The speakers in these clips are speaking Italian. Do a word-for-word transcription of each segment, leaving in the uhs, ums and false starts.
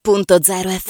Punto zero F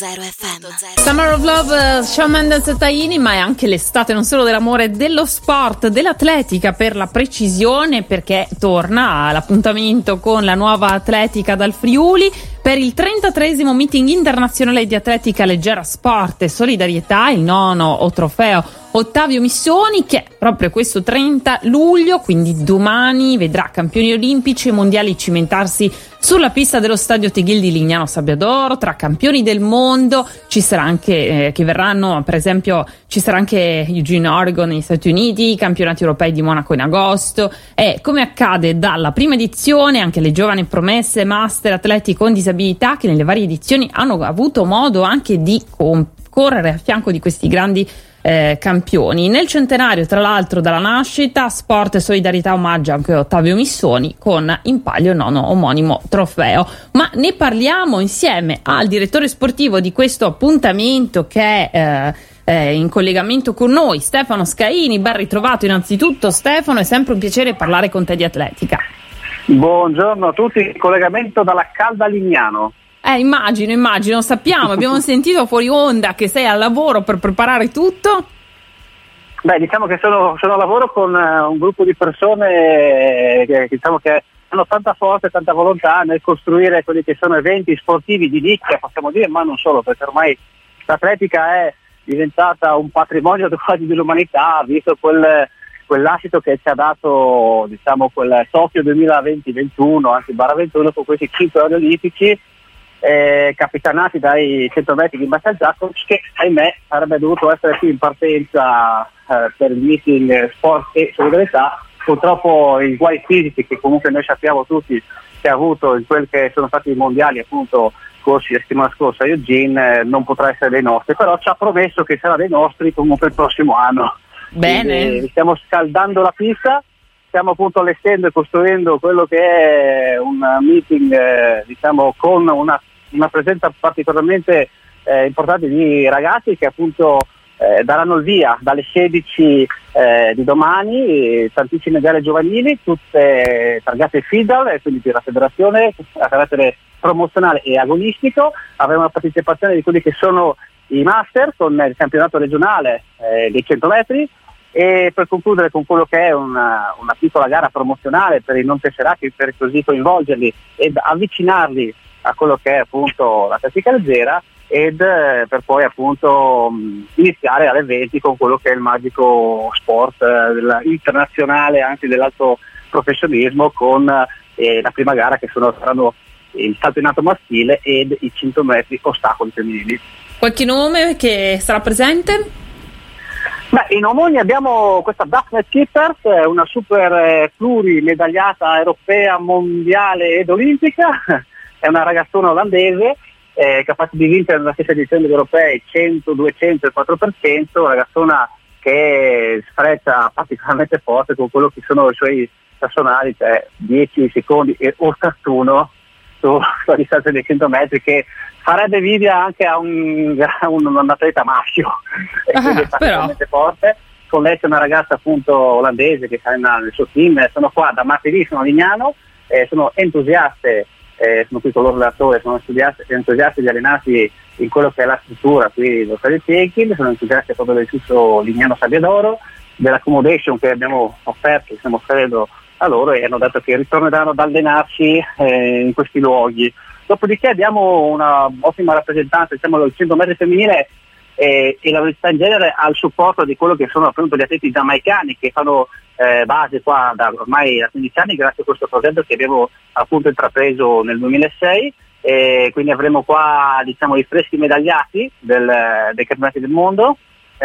M. Summer of Love, Shawn Mendes e Taini, ma è anche l'estate non solo dell'amore, dello sport, dell'atletica per la precisione, perché torna l'appuntamento con la nuova atletica dal Friuli per il trentatreesimo meeting internazionale di atletica leggera, sport e solidarietà, il nono o trofeo Ottavio Missioni, che proprio questo trenta luglio, quindi domani, vedrà campioni olimpici e mondiali cimentarsi sulla pista dello stadio Teghil di Lignano Sabbiadoro. Tra campioni del mondo ci sarà anche eh, che verranno, per esempio ci sarà anche Eugene, Oregon negli Stati Uniti, i campionati europei di Monaco in agosto, e come accade dalla prima edizione anche le giovani promesse master atleti con disabilità che nelle varie edizioni hanno avuto modo anche di concorrere a fianco di questi grandi Eh, campioni. Nel centenario, tra l'altro, dalla nascita, Sport e Solidarietà omaggia anche Ottavio Missoni con in palio il nono omonimo trofeo. Ma ne parliamo insieme al direttore sportivo di questo appuntamento, che è eh, eh, in collegamento con noi, Stefano Scaini. Ben ritrovato innanzitutto, Stefano, è sempre un piacere parlare con te di atletica. Buongiorno a tutti, in collegamento dalla calda Lignano. Eh, immagino, immagino, sappiamo, abbiamo sentito fuori onda che sei al lavoro per preparare tutto. Beh, diciamo che sono, sono a lavoro con uh, un gruppo di persone che, diciamo che hanno tanta forza e tanta volontà nel costruire quelli che sono eventi sportivi di nicchia, possiamo dire, ma non solo, perché ormai l'atletica è diventata un patrimonio quasi dell'umanità, visto quel, quell'ascito che ci ha dato, diciamo, quel Tokyo duemilaventi ventuno, anzi barra ventuno, con questi cinque ori olimpici, Eh, capitanati dai cento metri di Michael Jacobs, che ahimè sarebbe dovuto essere qui in partenza eh, per il meeting sport e solidarietà. Purtroppo i guai fisici che comunque noi sappiamo tutti che ha avuto in quel che sono stati i mondiali appunto corsi la settimana scorsa a Eugene eh, non potrà essere dei nostri, però ci ha promesso che sarà dei nostri comunque il prossimo anno. Bene. Quindi, stiamo scaldando la pista, stiamo appunto allestendo e costruendo quello che è un meeting eh, diciamo con una una presenza particolarmente eh, importante di ragazzi che appunto eh, daranno il via dalle sedici eh, di domani, tantissime gare giovanili, tutte targate FIDAL, e quindi per la federazione a carattere promozionale e agonistico. Avremo una partecipazione di quelli che sono i master con il campionato regionale eh, dei cento metri, e per concludere con quello che è una, una piccola gara promozionale per i non tesserati, per così coinvolgerli ed avvicinarli a quello che è appunto l'atletica leggera, ed eh, per poi appunto mh, iniziare alle venti con quello che è il magico sport eh, internazionale anche dell'alto professionismo, con eh, la prima gara che sono, saranno il salto in alto maschile ed i cento metri ostacoli femminili. Qualche nome che sarà presente? Beh, in omoni abbiamo questa Daphne Kippers, una super eh, plurimedagliata europea, mondiale ed olimpica. È una ragazzona olandese eh, capace di vincere nella stessa edizione degli europei cento, duecento e quattro per cento, una ragazzona che sfreccia particolarmente forte con quello che sono i suoi personali, cioè dieci secondi e ottantuno su, sulla distanza dei cento metri, che farebbe invidia anche a un, a un, un atleta maschio, e quindi è particolarmente forte. Con lei c'è una ragazza appunto olandese che sta nel suo team, sono qua da martedì, sono a Lignano, eh, sono entusiaste. Eh, sono qui con loro relatori, sono entusiasti, entusiasti di allenarsi in quello che è la struttura qui dello stadio Teghil, sono entusiasti proprio dell'istituto Lignano Sabbiadoro, dell'accommodation che abbiamo offerto, che stiamo offrendo a loro, e hanno detto che ritorneranno ad allenarsi eh, in questi luoghi. Dopodiché abbiamo una ottima rappresentanza, diciamo, del cento metri femminile eh, e la velocità in genere al supporto di quello che sono appunto gli atleti giamaicani che fanno eh, base qua da ormai da quindici anni, grazie a questo progetto che abbiamo appunto intrapreso nel duemilasei, e quindi avremo qua, diciamo, i freschi medagliati del, dei campionati del mondo.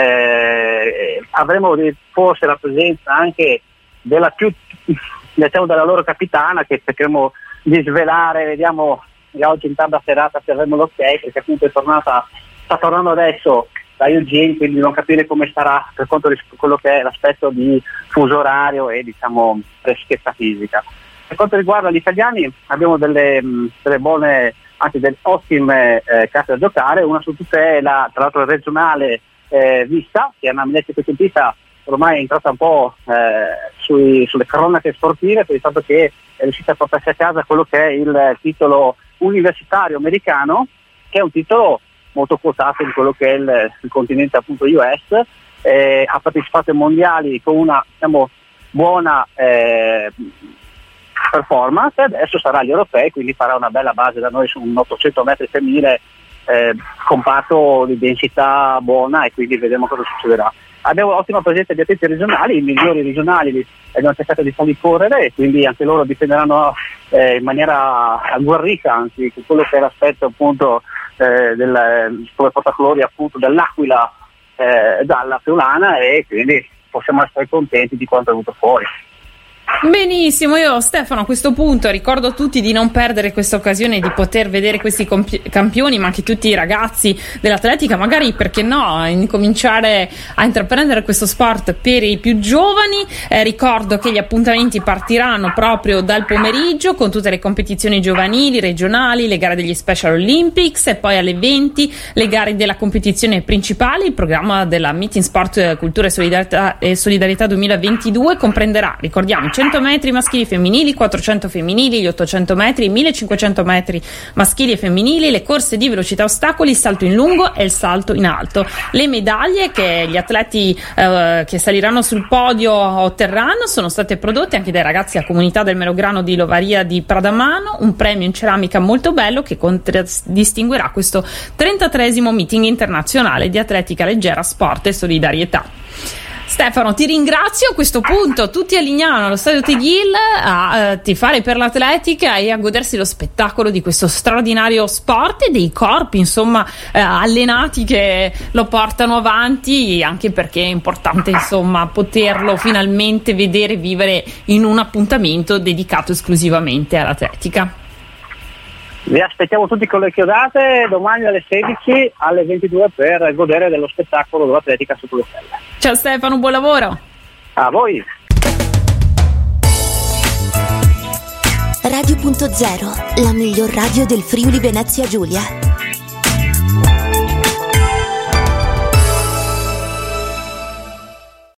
Eh, avremo forse la presenza anche della più, diciamo, della loro capitana, che cercheremo di svelare, vediamo oggi in tarda serata se avremo l'ok, perché appunto è tornata, sta tornando adesso da Eugene, quindi dobbiamo capire come sarà per quanto riguarda quello che è l'aspetto di fuso orario e, diciamo, freschezza fisica. Per quanto riguarda gli italiani abbiamo delle, delle buone, anche delle ottime eh, carte da giocare. Una su tutte è la, tra l'altro, regionale eh, Vista, che è una amministrazione scientifica ormai è entrata un po' eh, sui, sulle cronache sportive, per il fatto che è riuscita a portarsi a casa quello che è il titolo universitario americano, che è un titolo molto quotato in quello che è il, il continente appunto U S, eh, ha partecipato ai mondiali con una diciamo, buona eh, performance, e adesso sarà agli europei, quindi farà una bella base da noi su un ottocento metri femminile eh, comparto di densità buona, e quindi vedremo cosa succederà. Abbiamo un'ottima presenza di atleti regionali, i migliori regionali li abbiamo cercato di farli correre, e quindi anche loro difenderanno eh, in maniera agguerrita anzi con quello che è l'aspetto appunto eh, del, come portacolori appunto dell'Aquila eh, dalla Friulana, e quindi possiamo essere contenti di quanto è venuto fuori. Benissimo, io Stefano a questo punto ricordo a tutti di non perdere questa occasione di poter vedere questi compi- campioni, ma anche tutti i ragazzi dell'atletica, magari perché no, incominciare a intraprendere questo sport per i più giovani. Eh, ricordo che gli appuntamenti partiranno proprio dal pomeriggio con tutte le competizioni giovanili, regionali, le gare degli Special Olympics, e poi alle venti le gare della competizione principale. Il programma della Meeting Sport Cultura e Solidarietà, e Solidarietà duemilaventidue comprenderà, ricordiamo, cento metri maschili e femminili, quattrocento femminili, gli ottocento metri, i millecinquecento metri maschili e femminili, le corse di velocità ostacoli, il salto in lungo e il salto in alto. Le medaglie che gli atleti eh, che saliranno sul podio otterranno sono state prodotte anche dai ragazzi a Comunità del Melograno di Lovaria di Pradamano, un premio in ceramica molto bello che contraddistinguerà questo trentatreesimo meeting internazionale di atletica leggera, sport e solidarietà. Stefano, ti ringrazio. A questo punto tutti a Lignano, allo stadio Teghil, a eh, tifare per l'atletica e a godersi lo spettacolo di questo straordinario sport e dei corpi insomma eh, allenati che lo portano avanti, anche perché è importante insomma poterlo finalmente vedere vivere in un appuntamento dedicato esclusivamente all'atletica. Vi aspettiamo tutti con le chiodate domani alle sedici, alle ventidue per godere dello spettacolo dell'atletica sotto le stelle. Ciao Stefano, buon lavoro. A voi. Radio punto zero, la miglior radio del Friuli Venezia Giulia.